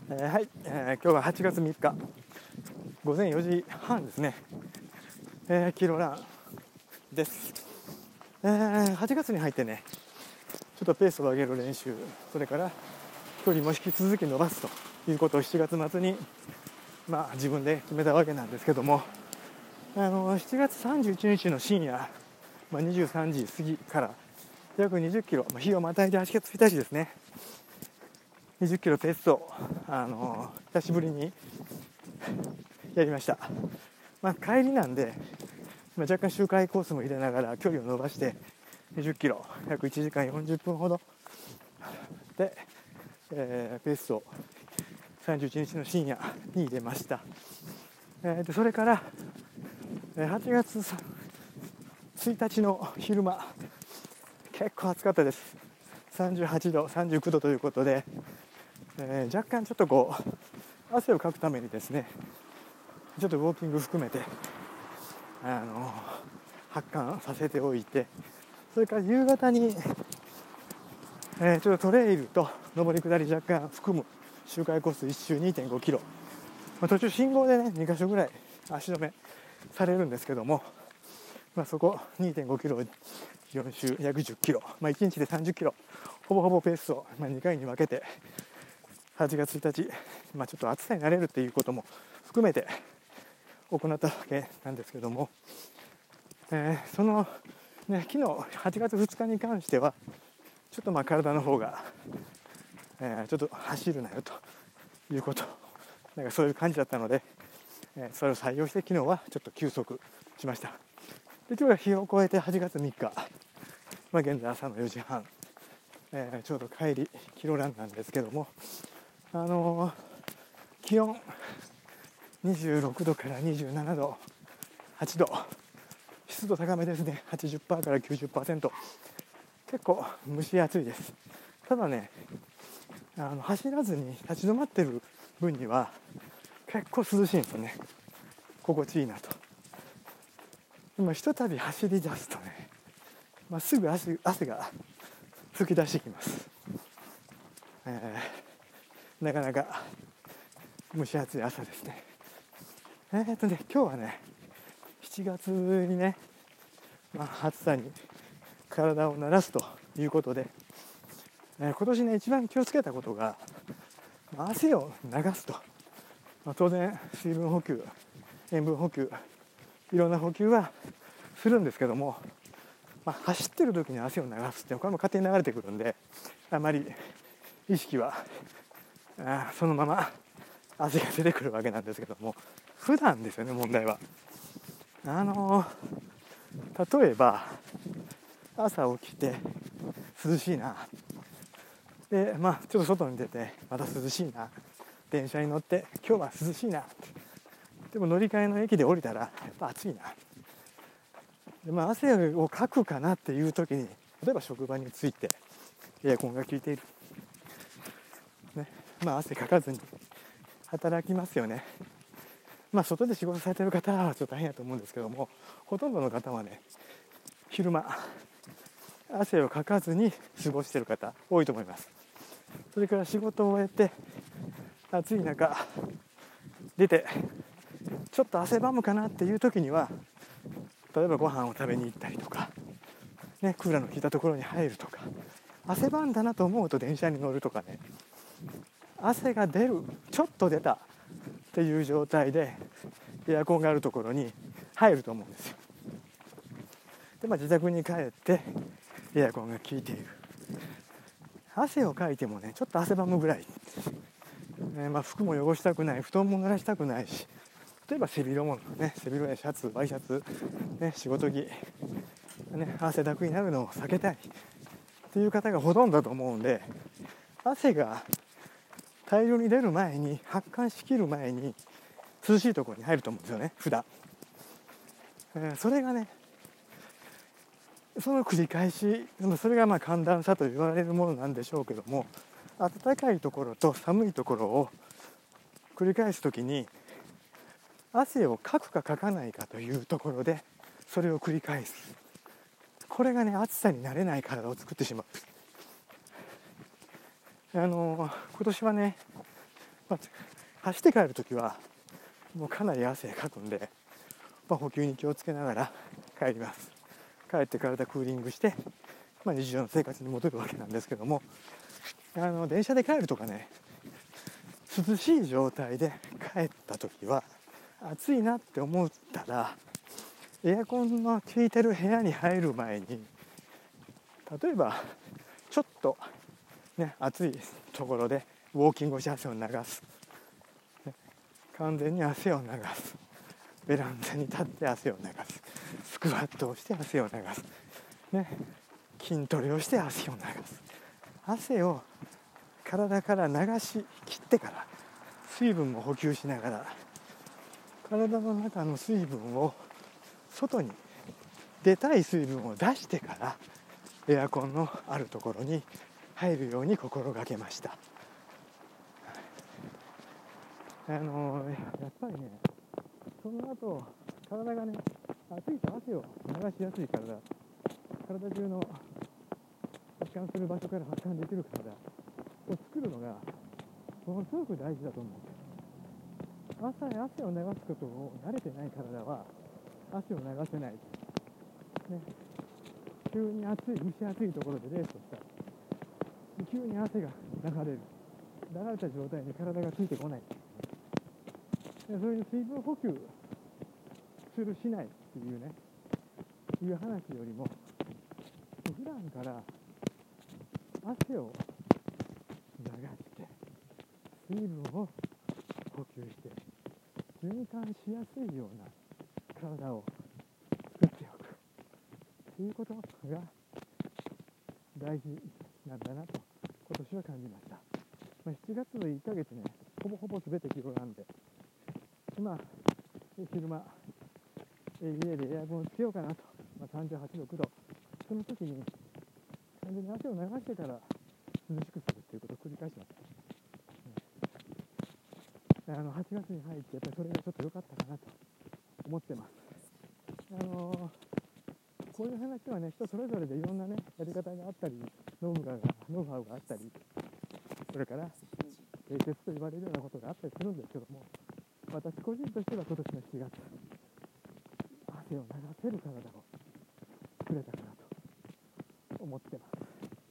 はい、今日は8月3日午前4時半ですね、キロランです。8月に入ってね、ちょっとペースを上げる練習、それから距離も引き続き伸ばすということを7月末に、自分で決めたわけなんですけども、7月31日の深夜、23時過ぎから約20キロ、日をまたいで8月1日ですね、20キロペースを、久しぶりにやりました。帰りなんで、若干周回コースも入れながら距離を伸ばして20キロ約1時間40分ほどで、ペースを31日の深夜に入れました。でそれから8月1日の昼間、結構暑かったです。38度39度ということで、若干ちょっと汗をかくためにですね、ちょっとウォーキング含めて発汗させておいて、それから夕方に、ちょっとトレイルと上り下り若干含む周回コース1周 2.5 キロ、途中信号でね2カ所ぐらい足止めされるんですけども、そこ 2.5 キロ4周約10キロ、1日で30キロほぼほぼペースを2回に分けて8月1日、ちょっと暑さに慣れるっていうことも含めて行ったわけなんですけども、その、昨日8月2日に関してはちょっと体の方が、ちょっと走るなよということ、そういう感じだったので、それを採用して昨日はちょっと休息しました。で今日は日を越えて8月3日、現在朝の4時半、ちょうど帰りキロランなんですけども、気温26度から27度8度、湿度高めですね。 80% から 90%、 結構蒸し暑いです。ただね、走らずに立ち止まってる分には結構涼しいんですよね。心地いいなと。今ひとたび走り出すとね、すぐ汗が吹き出してきます。なかなか蒸し暑い朝ですね。今日はね、7月にね、暑さに体を慣らすということで、今年ね一番気をつけたことが、汗を流すと、当然水分補給、塩分補給、いろんな補給はするんですけども、走ってる時に汗を流すってこれも勝手に流れてくるんで、あまり意識はそのまま汗が出てくるわけなんですけども、普段ですよね問題は。例えば朝起きて涼しいなで、ちょっと外に出てまた涼しいな、電車に乗って今日は涼しいな、でも乗り換えの駅で降りたらやっぱ暑いなで、汗をかくかなっていう時に、例えば職場に着いてエアコンが効いている、汗かかずに働きますよね。外で仕事されてる方はちょっと大変だと思うんですけども、ほとんどの方はね昼間汗をかかずに過ごしている方多いと思います。それから仕事を終えて暑い中出てちょっと汗ばむかなっていう時には、例えばご飯を食べに行ったりとか、クーラーの効いたところに入るとか、汗ばんだなと思うと電車に乗るとかね、汗が出る、ちょっと出たっていう状態でエアコンがあるところに入ると思うんですよ。で、自宅に帰ってエアコンが効いている、汗をかいてもねちょっと汗ばむぐらい、服も汚したくない、布団も濡らしたくないし、例えば背広もね、背広やシャツ、ワイシャツ、仕事着、汗だくになるのを避けたいっていう方がほとんどだと思うんで、汗が大量に出る前に、発汗しきる前に涼しいところに入ると思うんですよね普段。それがね、その繰り返し、それが寒暖差と言われるものなんでしょうけども、暖かいところと寒いところを繰り返すときに汗をかくかかかないかというところでそれを繰り返す。これがね暑さに慣れない体を作ってしまう。今年はね、 走って帰るときはもうかなり汗かくんで、補給に気をつけながら帰ります。帰って体クーリングして、日常の生活に戻るわけなんですけども、電車で帰るとかね、涼しい状態で帰ったときは暑いなって思ったら、エアコンの効いてる部屋に入る前に、例えばちょっと、暑いところでウォーキングをして汗を流す、完全に汗を流す、ベランダに立って汗を流す、スクワットをして汗を流す、筋トレをして汗を流す、汗を体から流し切ってから水分を補給しながら、体の中の水分を外に出たい水分を出してからエアコンのあるところに入るように心がけました。やっぱりね、その後体がね、暑いと汗を流しやすい体中の発汗する場所から発汗できる体を作るのがものすごく大事だと思う。朝に汗を流すことを慣れてない体は汗を流せない、急に暑い蒸し暑いところでレースをしたら急に汗が流れた状態に体がついてこない。そういう水分補給するしないっていう話よりも、普段から汗を流して水分を補給して循環しやすいような体を作っておくということが大事なんだなと今年は感じました。7月の1ヶ月ね、ほぼ全て気候なんで、今昼間家でエアコンをつけようかなと、38度9度、その時に完全に汗を流してから涼しくするっていうことを繰り返しました。8月に入ってやっぱりそれがちょっと良かったかなと思ってます。こういう話はね、人それぞれでいろんなねやり方があったり、ノウハウがあったり、それから清潔と言われるようなことがあったりするんですけども、私個人としては今年の7月、汗を流せる体を作れたかなと思ってます。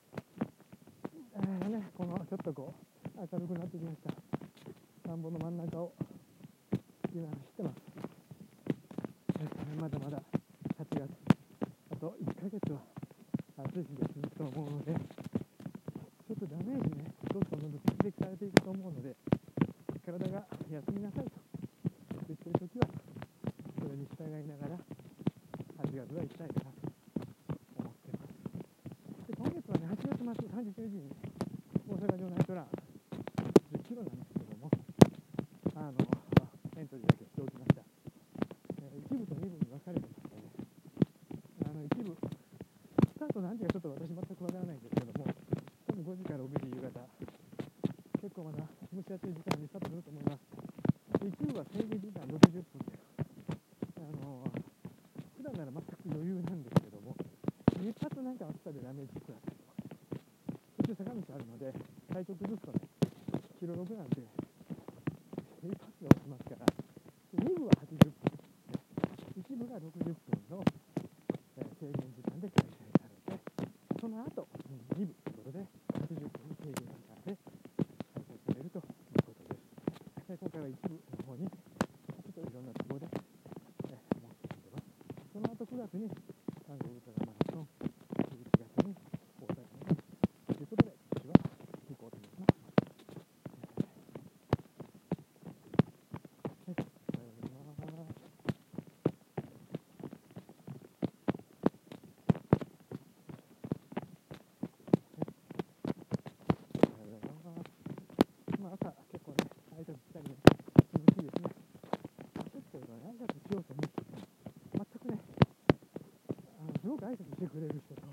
このちょっと明るくなってきました。田んぼの真ん中を今走ってます。まだまだ8月、あと1ヶ月は暑い日が続くと思うので、ちょっとダメージね、どんどん蓄積されていくと思うので、体が休みなさいと言っているときはそれに従いながら8月は行きたいかなと思ってます。で、今月はね、8月末31日に大阪城ナイトラン10キロなんですけども、エントリーだけしておきました。1部と2部に分かれてますので、1部スタート何時かちょっと私全くわからないんですけども、多分5時から6時夕方、結構まだ蒸し暑い時間にスタートすると思います。1部は制限時間60分です。普段なら全く余裕なんですけども、一発なんか暑さでダメージ食らったりとか、途中坂道あるので体調崩すとね、キロ6なんで一発で落ちますから、2部は80分で、1部が60分の制限時間で開催されて、その後2部ということで80分の制限時間で開催されるということです。今回は1部の方にちょっといろんなところで持ってきてます。その後9月に韓国ウルトラマラソン、11月に大阪にということで、今年は行こうと思います。朝結構ね、挨拶したりね、涼しいですね。ですけれどね、挨拶しようと思って全くね、すごく挨拶してくれる人と、